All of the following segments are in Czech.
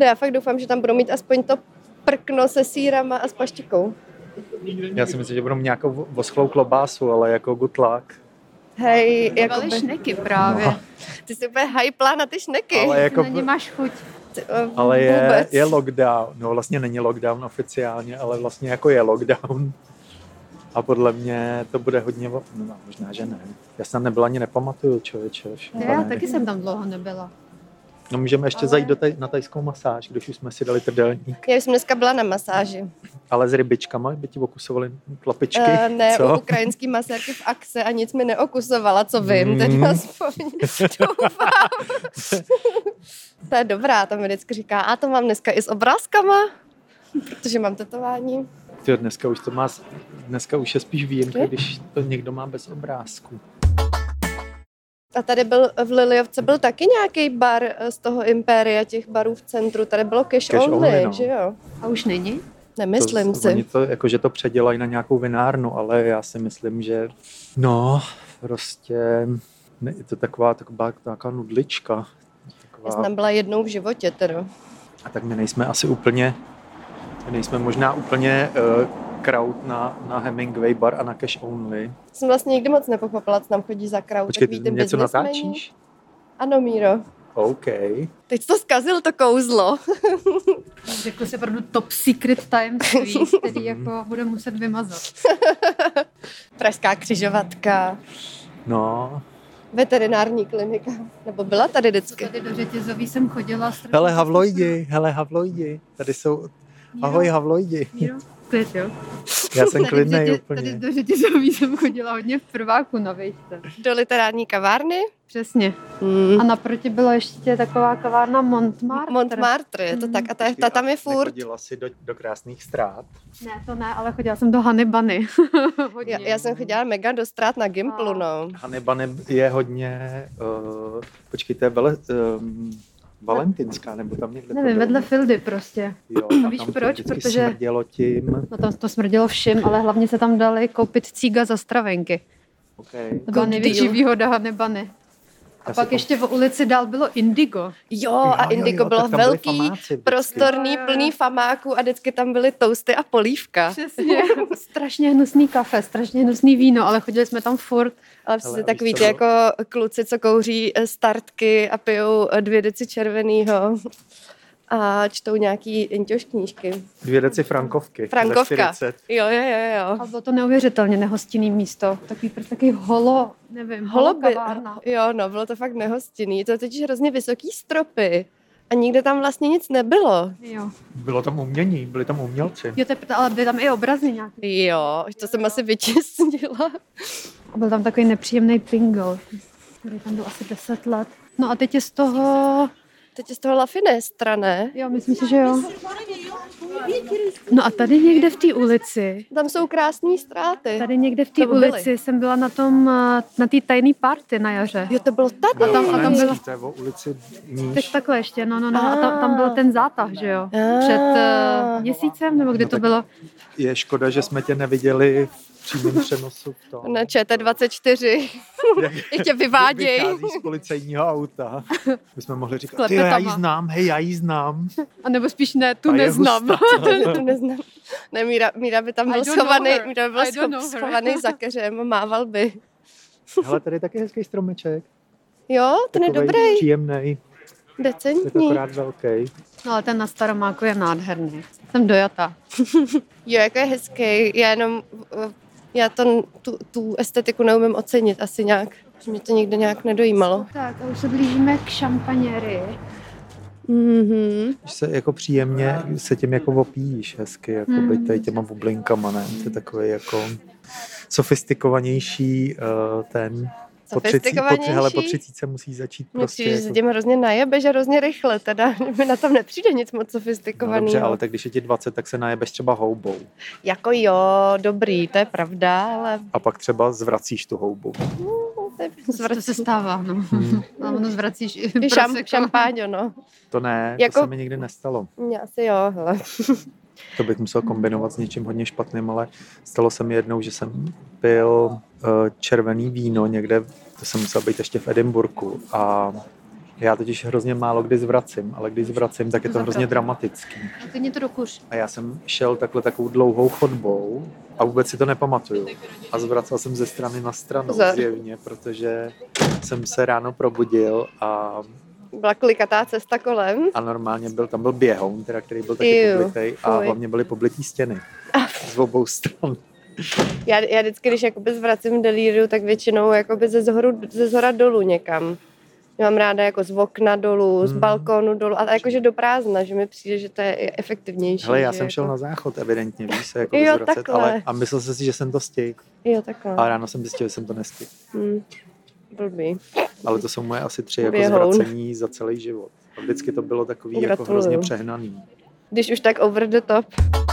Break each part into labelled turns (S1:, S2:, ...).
S1: Já fakt doufám, že tam budou mít aspoň to prkno se sýrama a s paštikou.
S2: Já si myslím, že budou mít nějakou voschlou klobásu, ale jako good luck.
S1: Hej,
S3: jakoby... šneky právě.
S2: No.
S1: Ty jsi úplně hyplá na ty šneky.
S2: Ale jako...
S3: Na ně máš chuť.
S2: Ale je lockdown. No vlastně není lockdown oficiálně, ale vlastně jako je lockdown. A podle mě to bude hodně... No, možná, že ne. Já jsem tam nebyla, ani nepamatuju, člověče.
S3: Já taky jsem tam dlouho nebyla.
S2: No můžeme ještě zajít na tajskou masáž, když už jsme si dali trdelník.
S1: Já jsem dneska byla na masáži.
S2: Ale s rybičkama by ti okusovali tlapičky?
S1: Ne,
S2: co?
S1: u ukrajinský masérky v Axe a nic mi neokusovala, co vím, teď aspoň doufám. To je dobrá, tam mi vždycky říká, a to mám dneska i s obrázkama, protože mám tetování.
S2: Tyjo, dneska už je spíš výjimka, když to někdo má bez obrázku.
S1: A tady v Liliovce byl taky nějaký bar z toho Impéria, těch barů v centru. Tady bylo cash only, no. Že jo?
S3: A už není?
S1: Nemyslím si.
S2: Oni to, jakože to předělají na nějakou vinárnu, ale já si myslím, že prostě je to taková nudlička.
S1: Já jsem tam byla jednou v životě teda.
S2: A tak my nejsme možná úplně crowd na Hemingway bar a na cash only.
S1: Jsem vlastně nikdy moc nepochopila, co tam chodí za crowd.
S2: Počkej, ty něco natáčíš?
S1: Ano, Míro.
S2: OK.
S1: Teď to zkazil to kouzlo.
S3: Řekl se opravdu top secret tajemství, který jako bude muset vymazat.
S1: Pražská křižovatka.
S2: No.
S1: Veterinární klinika. Nebo byla tady vždycky?
S3: Tady do Řetězový jsem chodila.
S2: Hele, havloidi. Tady jsou... Ahoj, havloidi.
S3: Míro, klid, jo?
S2: Já jsem klidnej úplně.
S3: Tady do Řetězový jsem chodila hodně v prváku na vejšce.
S1: Do literární kavárny?
S3: Přesně. A naproti byla ještě taková kavárna Montmartre.
S1: Montmartre, je to tak. A ta tam je furt.
S2: Nechodila jsi do krásných strát?
S3: Ne, to ne, ale chodila jsem do Hany Bany.
S1: Já jsem chodila mega do strát na Gimplu, no.
S2: Hany Bany je hodně... počkej, to je valentinská, nebo tam někde...
S3: Nevím, vedle Fildy prostě.
S2: Jo,
S3: a víš proč? Protože...
S2: smrdělo tím.
S3: No tam to smrdělo všim, ale hlavně se tam dali koupit cíga za stravenky.
S2: Okay.
S3: To byla největší výhoda Hany Bany. A pak ještě v ulici dál bylo Indigo.
S1: Jo, a Indigo bylo velký, prostorný, plný famáků a vždycky tam byly toasty a polívka.
S3: Přesně. Strašně hnusný kafe, strašně hnusný víno, ale chodili jsme tam furt.
S1: Ale přesně takový ty jako kluci, co kouří startky a pijou 2 deci červenýho a čtou nějaký inťoš knížky.
S2: 2 deci frankovky.
S1: Frankovka. Jo.
S3: A bylo to neuvěřitelně nehostinný místo. Takový holokavárna.
S1: Jo, no, bylo to fakt nehostinný. To totiž hrozně vysoký stropy. A nikde tam vlastně nic nebylo.
S3: Jo.
S2: Bylo tam umění, byli tam umělci.
S3: Jo, ale byly tam i obrazy nějaké.
S1: Jo, to jsem asi vytěsnila.
S3: A byl tam takový nepříjemný pingl, který tam byl asi 10 let. No a teď je z toho
S1: La Finestra, ne?
S3: Jo, myslím si, že jo. No a tady někde v té ulici.
S1: Tam jsou krásné ztráty.
S3: Tady někde v té ulici jsem byla na té tajné party na jaře.
S1: Jo, to bylo tady.
S3: A tam bylo...
S2: To je o ulici níž.
S3: Tak takhle ještě, no. A tam byl ten zátah, že jo? Před měsícem, nebo kdy to bylo?
S2: Je škoda, že jsme tě neviděli v přímém přenosu.
S1: Na ČT24. I tě vyváděj.
S2: Vychází z policejního auta. My jsme mohli říkat, ty, já jí znám.
S3: A nebo spíš ne, tu neznám.
S1: Tu neznám. Ne, Míra by tam byl schovaný za keřem a mával by.
S2: Hele, tady je taky hezký stromeček.
S1: Jo, ten je dobrý.
S2: Příjemnej.
S1: Decentní.
S2: Je akorát velký.
S3: No ale ten na Staromáku je nádherný. Jsem dojatá.
S1: Jo, jako je hezký. Já tu estetiku neumím ocenit asi nějak. Mě to nikdy nějak nedojímalo.
S3: Tak a už se blížíme k šampaněry.
S2: Se jako příjemně se tím jako opíjíš hezky, jako být tady těma bublinkama, ne? To je takový jako sofistikovanější ten... Po 30 musí začít prostě...
S1: Musíš se tím hrozně najebeš a hrozně rychle, teda mi na tom nepřijde nic moc sofistikovaného.
S2: No dobře, ale tak když je ti 20, tak se najebeš třeba houbou.
S1: Jako jo, dobrý, to je pravda, ale...
S2: A pak třeba zvracíš tu houbu.
S3: To se stává, no. A ono zvracíš
S1: šampáňo, no.
S2: To ne, to se mi nikdy nestalo.
S1: Asi jo, hele.
S2: To bych musel kombinovat s něčím hodně špatným, ale stalo se mi jednou, že jsem pil červený víno někde, to jsem musel být ještě v Edinburghu a Já totiž hrozně málo kdy zvracím, ale když zvracím, tak je to hrozně dramatický.
S3: Ty mě to dokuř.
S2: A já jsem šel takovou dlouhou chodbou a vůbec si to nepamatuju. A zvracel jsem ze strany na stranu zjevně, protože jsem se ráno probudil a
S1: byla klikatá cesta kolem.
S2: A normálně tam byl běhoun, který byl taky poblitej a hlavně byly poblitý stěny z obou stran.
S1: Já vždycky, když jakoby zvracím delíriu, tak většinou jakoby ze zhora dolů někam. Já mám ráda jako z okna dolů, z balkónu dolů a jakože do prázdna, že mi přijde, že to je efektivnější.
S2: Hele, já jsem šel na záchod, evidentně, víš se, jako zvracet, ale a myslel jsem si, že jsem to stihl.
S1: Jo, takhle.
S2: A ráno jsem zjistil, že jsem to nestihl.
S1: Blbý.
S2: Ale to jsou moje asi 3 jako zvracení za celý život. A vždycky to bylo takový jako hrozně přehnaný.
S1: Když už tak over the top.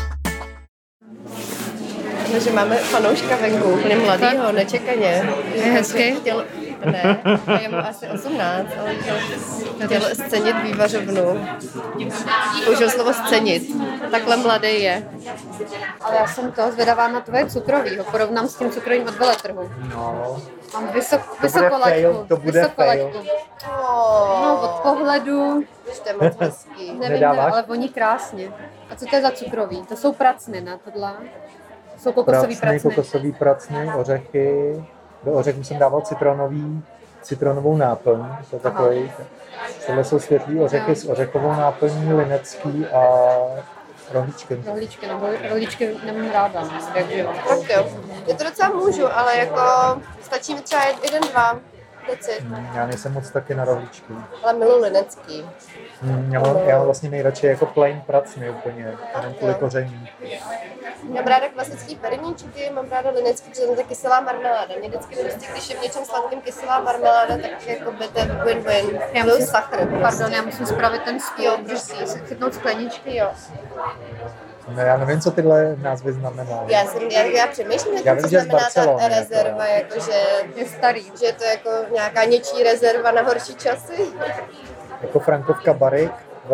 S1: Takže máme fanouška venku, úplně mladýho, nečekaně.
S3: Je hezký?
S1: Ne, je mu asi 18, ale chtěl scenit vývařovnu. Použil slovo scenit. Takhle mladý je.
S3: Ale já jsem to zvědavá na tvoje cukroví. Ho porovnám s tím cukrovým od veletrhu.
S2: No.
S3: Mám vysokolaďku.
S2: To bude fail.
S3: No, od pohledu.
S1: To je moc hezký.
S3: Nevím, ale voní krásně. A co to je za cukroví? To jsou pracny, ne? Tohle? Jsou kokosový pracny.
S2: Kokosový pracny, ořechy. Do ořechů jsem dával citronovou náplň. To je takový. Tohle jsou světlý ořechy s ořechovou náplní, linecký a rohlíčky.
S3: Rohlíčky nemám ráda. Takže jo.
S1: Tak jo. Já to docela můžu, ale jako stačí mi třeba 1-2.
S2: Já nejsem moc taky na rohlíčky.
S1: Ale miluji linecký.
S2: Já mám vlastně nejradši jako plain pracny úplně, jenom kvůli koření.
S1: Mám ráda klasický perníčky, mám ráda linecký, protože tam je kyselá marmeláda. Mě vždycky prostě, když je v něčem sladkým kyselá marmeláda, tak jako by to win-win. Plus sakr.
S3: Pardon, já musím spravit ten stůl, můžeš chytnout skleničky, jo.
S2: No, já nevím, co tyhle názvy znamenají.
S1: Já přemýšlím, co znamená ta rezerva, jakože
S3: je starý.
S1: Že je to jako nějaká něčí rezerva na horší časy.
S2: Jako Frankovka Barik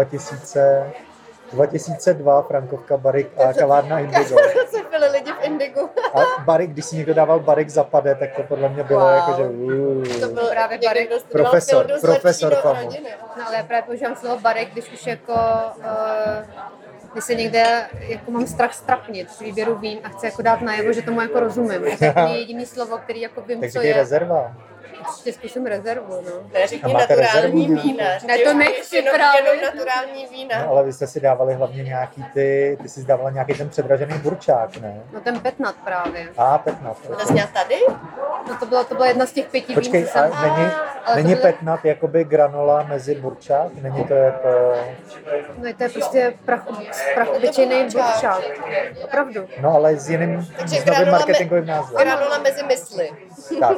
S2: 2002 Frankovka Barik a kavárna Indigo.
S1: Se byli lidi v Indigu.
S2: A Barik, když si někdo dával Barik zapade, tak to podle mě bylo jako, že
S1: to byl právě Barik.
S2: Profesor Famu.
S3: No ale já právě používám slovo Barik, když už jako když se někde jako mám strach strapnit z výběru vín a chci jako dát najevo, že tomu jako rozumím. To je jediný slovo, který jako vím,
S2: tak
S3: co je.
S2: rezerva.
S3: Určitě zkusím rezervu, no.
S1: Neřekni naturální vína.
S3: Ne, to nechci právě.
S1: Jenom naturální vína.
S2: No, ale vy jste si dávali hlavně nějaký ty jsi dávala nějaký ten předražený burčák, ne?
S3: No ten petnat právě.
S2: Petnat.
S1: To jsi měla tady?
S3: No to byla jedna z těch 5 vín,
S2: Počkej, není petnat jakoby granola mezi burčák? Není to jako...
S3: No to je prostě prach obyčejný burčák. Opravdu.
S2: No ale s jiným novým marketingovým názvem.
S1: Granola mezi mysli.
S2: Tak.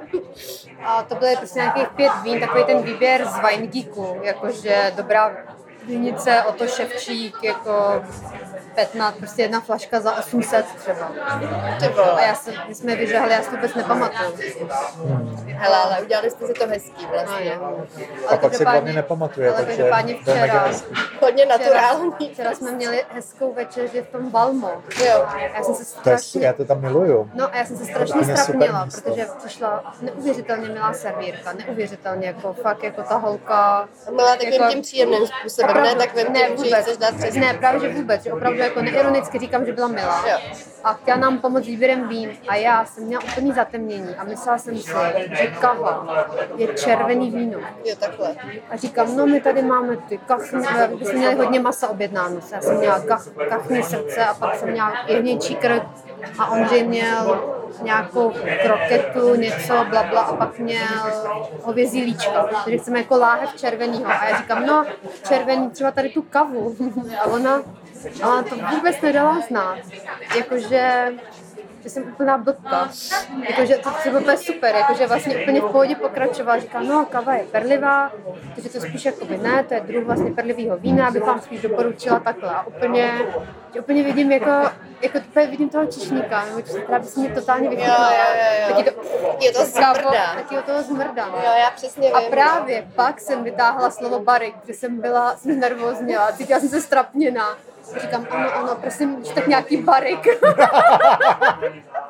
S3: A to bylo prostě nějakých 5 vín, takový ten výběr z Weingeeku, jakože dobrá vinice, Oto Ševčík, jako petnat, prostě jedna flaška za 800 třeba. A my jsme je vyžahli, já si to vůbec nepamatuju.
S1: Hele, ale udělali jste si to hezký vlastně.
S2: A pak si hlavně nepamatuje, takže to je mega hezký.
S1: Hodně naturální.
S3: Včera jsme měli hezkou večeři v tom Balmo.
S1: Jo.
S2: Já to tam miluju.
S3: No a já jsem se strašně strapnila, protože přišla neuvěřitelně milá servírka, neuvěřitelně jako fakt jako ta holka.
S1: Byla takovým jako, tím příjemným způsobem, opravdu, ne takovým tím, že chceš dát přes.
S3: Ne, právě že vůbec, že opravdu jako neironicky říkám, že byla milá.
S1: Jo.
S3: A chtěla nám pomoct výběrem vín a já jsem měla úplný zatemnění a myslela jsem si, že kava je červený víno.
S1: Jo, takhle.
S3: A říkám, no my tady máme ty kachny, my jsme měli hodně masa objednáno. Já jsem měla kachny srdce a pak jsem měla jehněčí krk a Ondřej měl nějakou kroketu, něco blabla a pak měl hovězí líčka. Takže chceme jako láhev červenýho. A já říkám, no červený, třeba tady tu kavu. A ona to vůbec nedala znát. Jakože že jsem úplná blbka. Jakože to bylo úplně super, jakože vlastně úplně v pohodě pokračovala. Říká, no kava je perlivá, takže to spíš jakoby ne, to je druh vlastně perlivýho vína, abych vám spíš doporučila takhle. A úplně vidím vidím toho čišníka, která by se mě totálně vychutnala.
S1: Je to zmrdá.
S3: Taky o toho zmrdá.
S1: Jo, já přesně vím.
S3: A právě pak jsem vytáhla slovo Barik, protože jsem nervózněla, cítila jsem se strapněná. Říkám, ano, prosím, tak nějaký Barik.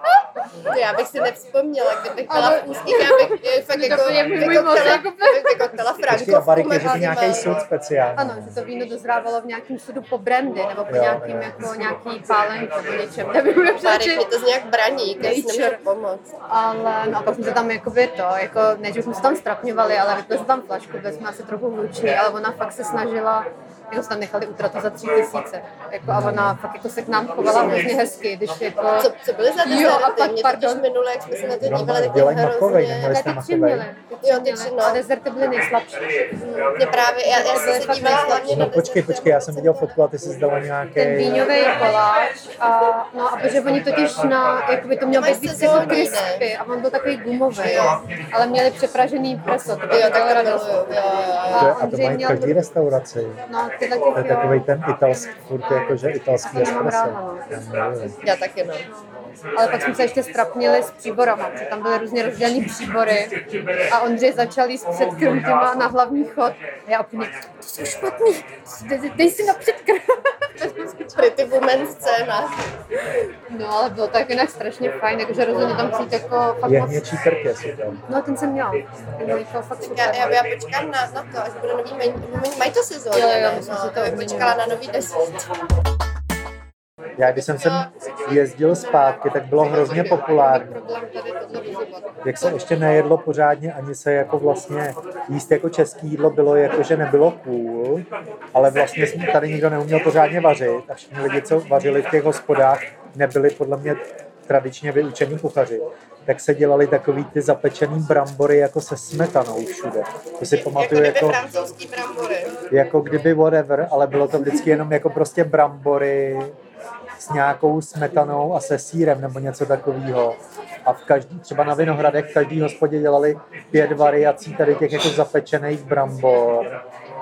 S1: Já bych si nevzpomněla, kdybych byla v úzkých, já bych fakt jako vykoktala
S2: Počkej, a
S1: Frankovku.
S2: Bariky, že to nějaký sud speciální.
S3: Ano, že to víno dozrávalo v nějakém sudu po brandy, nebo po nějakým, jako nějaký pálenku, nebo něčem, nevím,
S1: Bárik, mě to z nějak braník, já si nemůžu pomoct.
S3: Ale no a pak jsme se tam jakoby to, jako ne, že jsme se tam strapňovali, ale vypili jsme tam flašku, byli jsme asi trochu hluční, ale ona fakt se snažila, jako se tam nechali utratit za 3000. Jako, a ona fakt jako se k nám chovala hrozně hezky, když jako...
S1: Co byly za dezerty?
S3: Jo, a pak,
S1: mě totiž minule, jak jsme se na to dívali, tak
S2: dělají
S1: mě
S2: makovej,
S1: hrozně...
S2: neměli jste
S3: Ty tři
S2: makovej?
S3: měli,
S1: Jo, ty tři, no.
S3: a dezerty byly nejslabší.
S1: Mě právě, já jsem se dívala hlavně na
S2: No počkej, já jsem viděl fotku a ty jsi zdala nějaký...
S3: Ten víňový koláč a no a protože oni totiž na, jakoby to mělo být víc jako crispy a on byl takový gumový, ale měli přepražený preso, to bylo taková radost.
S2: A to mají v každý restauraci.
S3: No, tyhle
S2: To je
S3: těch,
S2: takovej ten italský, furt jakože italský
S3: nemám
S2: espresso.
S3: ráda,
S1: Já taky, no.
S3: ale pak jsme se ještě strapnili s příborama, protože tam byly různě rozdělený příbory a Ondřej začal jíst před krmkama na hlavní chod. A já úplně, to jsou špatný, dej si na předkrm.
S1: Pretty woman scéna.
S3: No, ale bylo to jinak strašně fajn, jakože rozhodně tam přijít jako fakt moc.
S2: Jehněčí krky si tam.
S3: No, ten jsem měla. Ten byl jako fakt super.
S1: Já počkám na to, až bude nový mají to sezónu.
S3: Jo, myslím, že to
S1: já bych počkala na nový 10.
S2: Já když jsem sem jezdil zpátky, tak bylo hrozně populární.
S3: Problém tady tohle vyzývat.
S2: Jak se ještě nejedlo pořádně, ani se jako vlastně jíst jako český jídlo bylo jako, že nebylo cool, ale vlastně tady nikdo neuměl pořádně vařit a všichni lidi, co vařili v těch hospodách, nebyli podle mě tradičně vyučení kuchaři. Tak se dělali takový ty zapečený brambory jako se smetanou všude. To si pamatuju
S1: jako francouzský brambory.
S2: jako kdyby whatever, ale bylo to vždycky jenom jako prostě brambory s nějakou smetanou a se sýrem nebo něco takového. A v každý, třeba na Vinohradech v každý hospodě dělali 5 variací tady těch jako zapečených brambor.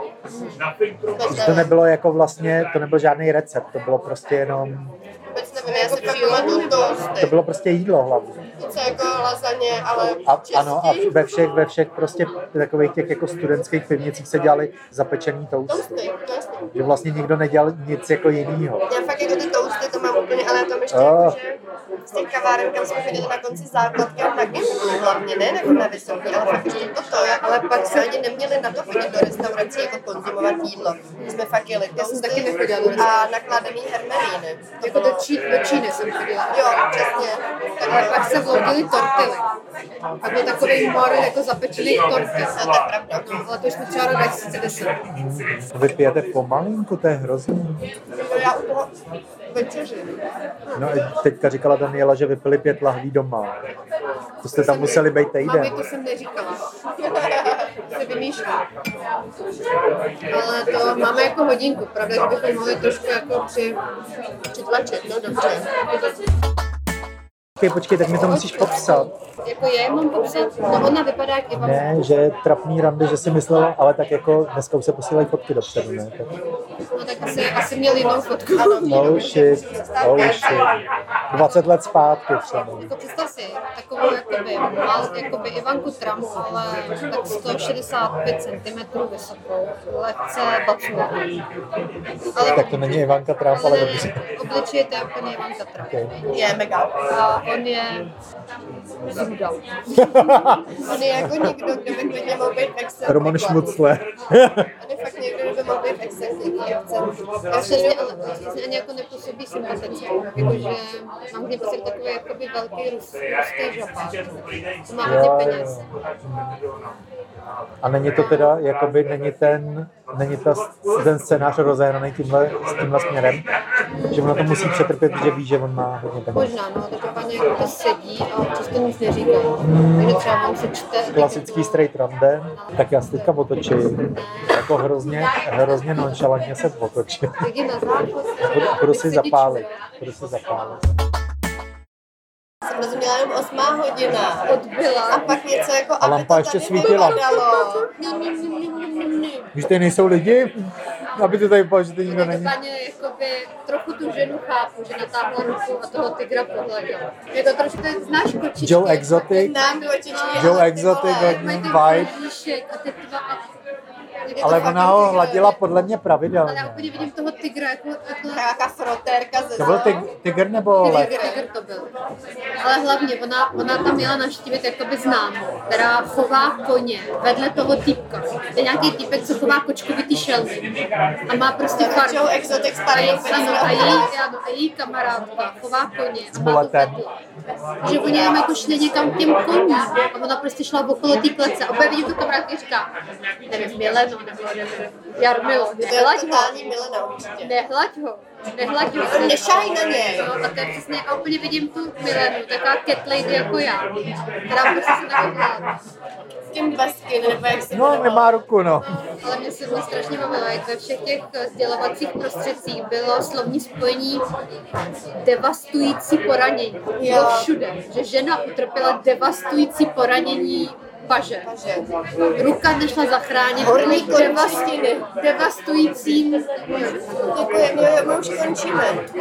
S2: To nebylo jako vlastně, to nebyl žádný recept, to bylo prostě jenom...
S1: Já si pak pamatuju toasty.
S2: To bylo prostě jídlo hlavně.
S1: Něco jako lasagne, ale
S2: Ano, a ve všech prostě takových těch jako studentských pivnicích se dělali zapečený toasty. Že vlastně nikdo nedělal nic jako jinýho.
S1: Já fakt jako ty toasty to mám úplně, ale tam ještě že z těch kaváren, kam jsme chodili na konci základky a na Gimplu hlavně, ne jako na vysoký, ale fakt ještě toto, ale pak jsme ani neměli na to chodit do restaurací jako konzumovat jídlo. My jsme fakt jeli toasty a nakladený hermelíny.
S3: Jako do Číny jsem chodila.
S1: Jo, přesně.
S3: Ale pak se vloudily tortily. A byl takový mor jako zapečených tortil.
S1: To je pravda.
S3: No, ale to už jsme třeba rok 2010.
S2: Vy pijete pomalinku, to je hrozný.
S1: Já u toho večeři.
S2: No teďka říkala Daniela, že vypili 5 lahví doma. To jste tam museli být
S3: Mami,
S2: týden.
S3: to jsem neříkala. Se vymýšlím. Ale to máme jako hodinku, pravda, že bychom mohli trošku jako přitlačit, no dobře.
S2: Počkej, tak mi to musíš popsat.
S3: Jako je, mám popsat? No ona vypadá jak Ivanka.
S2: Ne, že je trapný rande, že si myslela, ale tak jako dneska už se posílají fotky dopředu, ne? Tak...
S3: No tak asi měl jinou fotku.
S2: Oh shit. 20 let zpátky třeba.
S3: Jako představ si, takovou jakoby Ivanku Trump, ale tak 165 cm vysokou, lehce baculatou. Ale
S2: Tak to není Ivanka Trump, ale dobře.
S3: obličej to je úplně Ivanka Trump.
S1: Je mega.
S3: A on je zhuda.
S1: On je jako někdo, kdo by klidně mohl být excentric.
S2: Roman Šmucle.
S1: On je fakt někdo, kdo by mohl být excentric.
S3: Já přesně, ale ani jako nepůsobí sympaticky. Jakože mám vždy pocit takový jakoby velký ruský žabák. Má hodně peněz.
S2: A není to teda, jakoby není ten scénář rozehraný s tímhle směrem, že on na to musí přetrpět, že ví, že on má hodně peněz.
S3: Možná, no, každopádně jako to sedí a občas to nic neříká. Takže třeba on se čte...
S2: Klasický straight rande, tak já se teďka otočím, jako hrozně nonchalantně se otočím.
S3: Tak je na záchod.
S2: Budu si zapálit.
S1: Jsem rozuměla jenom 8 hodina.
S3: Odbyla.
S1: A pak něco jako,
S2: A lampa ještě svítila. Když tady nejsou lidi, aby to tady vypadalo, že to nikdo není.
S3: Každopádně jakoby trochu tu ženu chápu, že natáhla ruku a toho tygra pohleděla. Je to trošku, znáš kočičky?
S2: Joe Exotic.
S1: Znám kočičky.
S2: Joe Exotic,
S3: Mají ten
S2: vibe.
S3: kožíšek a ty dva
S2: Ale ona ho hladila podle mě
S3: Ale já
S2: pravidelně.
S3: úplně vidím toho tygra jako
S1: Nějaká frotérka ze
S2: To byl tygr nebo lev?
S3: Tygr to byl. Ale hlavně ona tam měla navštívit jakoby známou, která chová koně vedle toho týpka. To je nějaký týpek, co chová kočkovitý šelmy. A má prostě farmu. A její kamarádka chová koně. A má to vedle. Že oni jenom jako šli někam k těm koním. A ona prostě šla okolo té klece. A opět vidím tu kamarádku a říká, nevím, Mileno, nebo nevím, Jarmilo, nehlaď ho. Nehlaď ho.
S1: Nešaj na něj.
S3: No, a to je přesně, a úplně vidím tu Milenu, taková cat lady jako já, která prostě se nevládá.
S1: S tím basky, nebo jak se
S2: No, nemá ruku, no.
S3: Ale mě se strašně bavilo, jak ve všech těch sdělovacích prostředcích bylo slovní spojení devastující poranění. Bylo všude, že žena utrpěla devastující poranění paže. Ruka nešla zachránit.
S1: Horní končiny.
S3: Devastujícím.
S1: Děkujeme, my už končíme.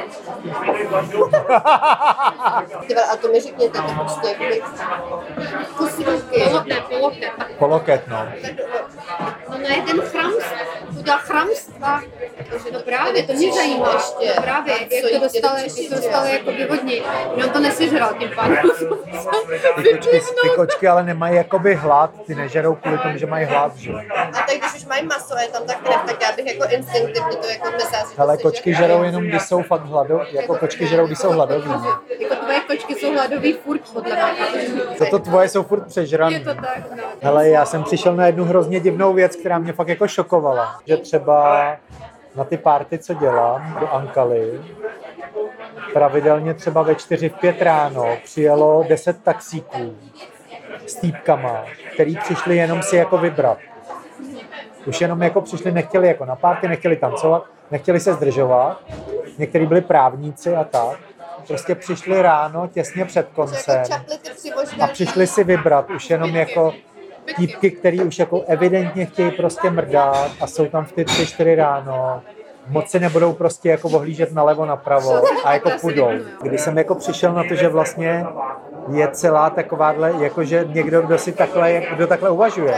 S1: A to mi řekněte, to prostě jakoby kus ruky.
S2: Po loket, no.
S3: No na jeden chramst, udělal chramstva. No právě, to mě zajímá ještě. Právě, jak to dostali jako vyvodní. On to nesežral tím pádem.
S2: Ty kočky ale nemají jakoby hlad, ty nežerou kvůli tomu, že mají hlad, že?
S1: A tak když už mají maso, je tam tak krev, tak já bych jako instinktivně to jako myslela.
S2: Ale kočky žerou jenom, když jsou fakt hladové, jako kočky žerou, když jsou hladoví.
S3: Jako tvoje kočky jsou hladový furt podle mě.
S2: To tvoje jsou furt přežraný.
S3: Je to tak, no.
S2: Hele, já jsem přišel na jednu hrozně divnou věc, která mě fakt jako šokovala. Že třeba na ty party, co dělám do Ankaly, pravidelně třeba ve 4, v 5 ráno přijelo 10 taxíků s týpkama, který přišli jenom si jako vybrat. Už jenom jako přišli, nechtěli jako na party, nechtěli tancovat, nechtěli se zdržovat. Někteří byli právníci a tak. Prostě přišli ráno, těsně před koncem a přišli si vybrat už jenom jako týpky, který už jako evidentně chtějí prostě mrdat a jsou tam v ty 3-4 ráno. Moc si nebudou prostě jako ohlížet nalevo, napravo a jako půjdou. Když jsem jako přišel na to, že vlastně je celá takováhle, jakože někdo, kdo si takhle, kdo takhle uvažuje.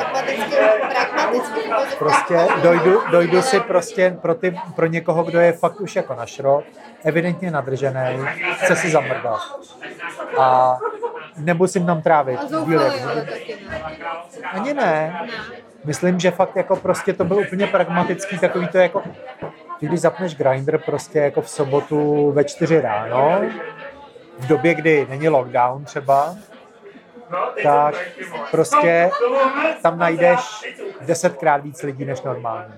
S2: Prostě dojdu si prostě pro někoho, kdo je fakt už jako na šrot, evidentně nadržený, chce si zamrdat. A nemusím tam trávit dílek. Ani ne. Myslím, že fakt jako prostě to byl úplně pragmatický, takový to jako, když zapneš Grindr prostě jako v sobotu ve 4 ráno, v době, kdy není lockdown třeba, tak prostě tam najdeš 10krát víc lidí než normálně.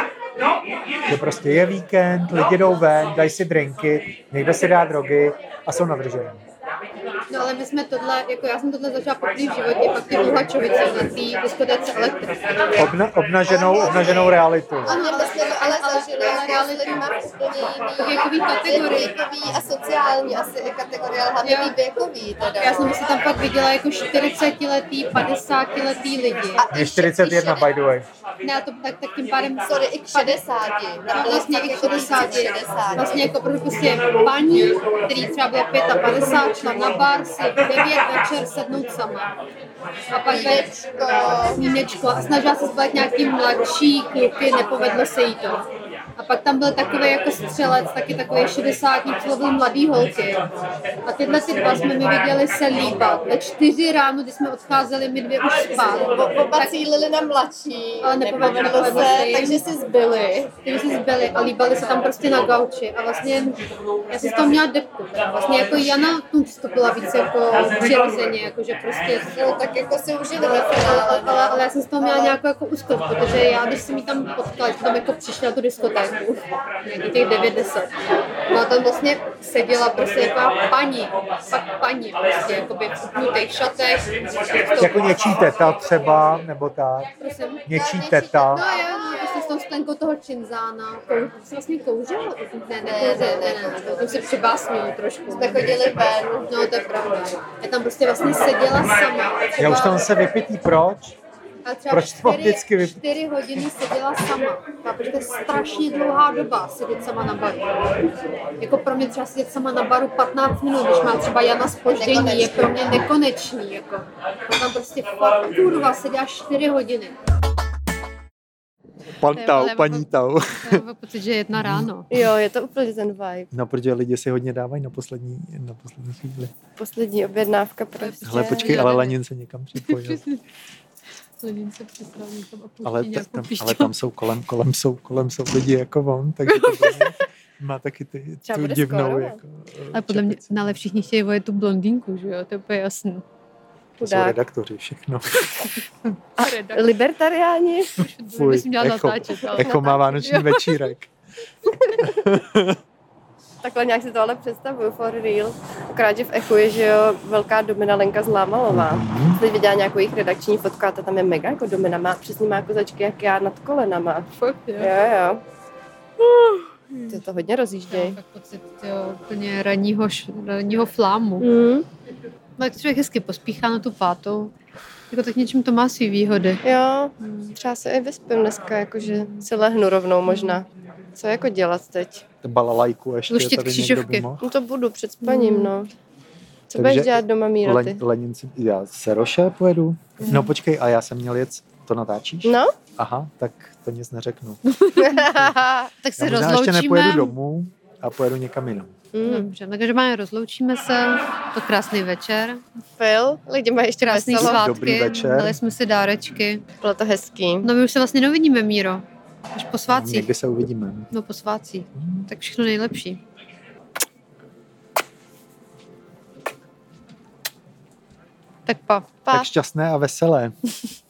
S2: Že prostě je víkend, lidi jdou ven, dají si drinky, někdo si dá drogy a jsou nadržení.
S3: No ale my jsme tohle, jako já jsem tohle začala poprvé v životě, pak ty Luhačovice na té diskotéce Elektro.
S2: Obnaženou realitu.
S1: A mě myslím, ale zažili s lidma úplně
S3: věkový kategorii.
S1: Věkový a sociální asi kategorie, ale hlavně věkový teda.
S3: Já jsem si tam pak viděla jako 40letý, 50letý lidi.
S2: Je 41, by the way.
S3: Ne, to tak tím pádem...
S1: Sorry, i k 60.
S3: No, vlastně i k 60. Vlastně jako prostě paní, který třeba bylo 55, šla na bar si 9 večer sednout sama. A pak Mínečko. A snažila se zbavit nějaký mladší kluky, nepovedlo se jí to. A pak tam byl takový jako střelec, taky takový 60, co byl mladý holky. A tyhle ty dva jsme mi viděli se líbat. Ve 4 ráno, když jsme odcházeli my dvě už spát.
S1: Oba cílili na mladší,
S3: ale nepovedlo se,
S1: takže si zbyli.
S3: A líbali se tam prostě na gauči. A vlastně já jsem z toho měla depku. Vlastně jako Jana tu vstupila víc jako přirozeně, jakože prostě...
S1: No, tak jako si užili.
S3: Ale já jsem z toho měla nějakou jako úzkost, protože já, když jsem jí tam potkala, tam jako přišla na tu diskotéku, nějaký těch 90. No a tam vlastně seděla prostě jako paní, fakt paní, prostě jakoby v upnutých šatech.
S2: Jako něčí teta třeba, nebo tak.
S3: Prosím?
S2: Něčí teta.
S3: No jo, prostě s tou sklenkou toho činzána. Jsi vlastně kouřila? Ne, to si přibásňuju trošku.
S1: Jsme chodili ven.
S3: No to je pravda. Já tam prostě vlastně seděla sama.
S2: Já už tam se vypitý, proč? Proč to vždycky vypitý?
S3: 4 hodiny seděla sama. Protože to je strašně dlouhá doba sedět sama na baru. Jako pro mě třeba sedět sama na baru 15 minut, když má třeba Jana zpoždění, je pro mě nekonečný. Jako. A tam prostě kurva seděla 4 hodiny.
S2: Pan Tau, paní Tau.
S3: Já mám pocit, že 1 ráno.
S1: Jo, je to úplně ten vibe.
S2: No, protože lidi si hodně dávají na poslední chvíli.
S1: Poslední objednávka prostě.
S2: Hele, počkej, ale Lenin se někam připojil.
S3: Lenin se přestal někam a pouští
S2: ale
S3: nějakou
S2: ale tam jsou kolem jsou lidi jako on, takže to má taky
S1: Třeba
S2: tu
S1: bude
S2: divnou
S1: skoro,
S2: jako...
S3: Ale podle mě,
S2: čepici.
S3: ale všichni chtějí vojet tu blondýnku, že jo, to je úplně jasný.
S2: To jsou
S1: Chudák.
S2: redaktoři, všechno.
S1: Libertariáni?
S2: Fuj,
S3: Bys měla natáčet, ale...
S2: Echo má vánoční večírek.
S1: Takhle nějak si to ale představuju, for real. Akorát, že v Echu je, že jo, velká Domina Lenka Zlámalová. Teď viděla nějakou jejich redakční fotku a ta tam je mega jako Domina, má přesně má kozačky jak já nad kolenama.
S3: Fakt, jo.
S1: Jo. Ty to hodně rozjížděj.
S3: Mám tak pocit, jo, úplně ranního flámu. No, jak člověk hezky pospíchá na tu 5. Jako tak něčím to má svý výhody.
S1: Jo, třeba se i vyspím dneska, jakože si lehnu rovnou možná. Co jako dělat teď?
S2: Balalajku ještě
S3: Luštit
S2: tady
S3: křížovky.
S2: někdo by mohl.
S1: No to budu před spaním, no. Co
S2: Takže
S1: budeš dělat doma, Míro, ty?
S2: Lenin si... Já se Roše pojedu. No počkej, a já jsem měl jet... To natáčíš?
S1: No?
S2: Aha, tak to nic neřeknu.
S3: Tak se
S2: Já možná ještě nepojedu
S3: rozloučíme.
S2: domů a pojedu někam jinam.
S3: Dobře, takže máme rozloučíme se. To krásný večer.
S1: Phil, lidi mají ještě
S3: Krásný
S1: veselo.
S3: svátky.
S2: Dobrý večer.
S3: Dali jsme si dárečky.
S1: Bylo to hezký.
S3: No my už se vlastně neuvidíme, Míro. Až po svátcích.
S2: Někdy se uvidíme.
S3: No po svátcích. Tak všechno nejlepší. Tak pa.
S1: Pa.
S2: Tak šťastné a veselé.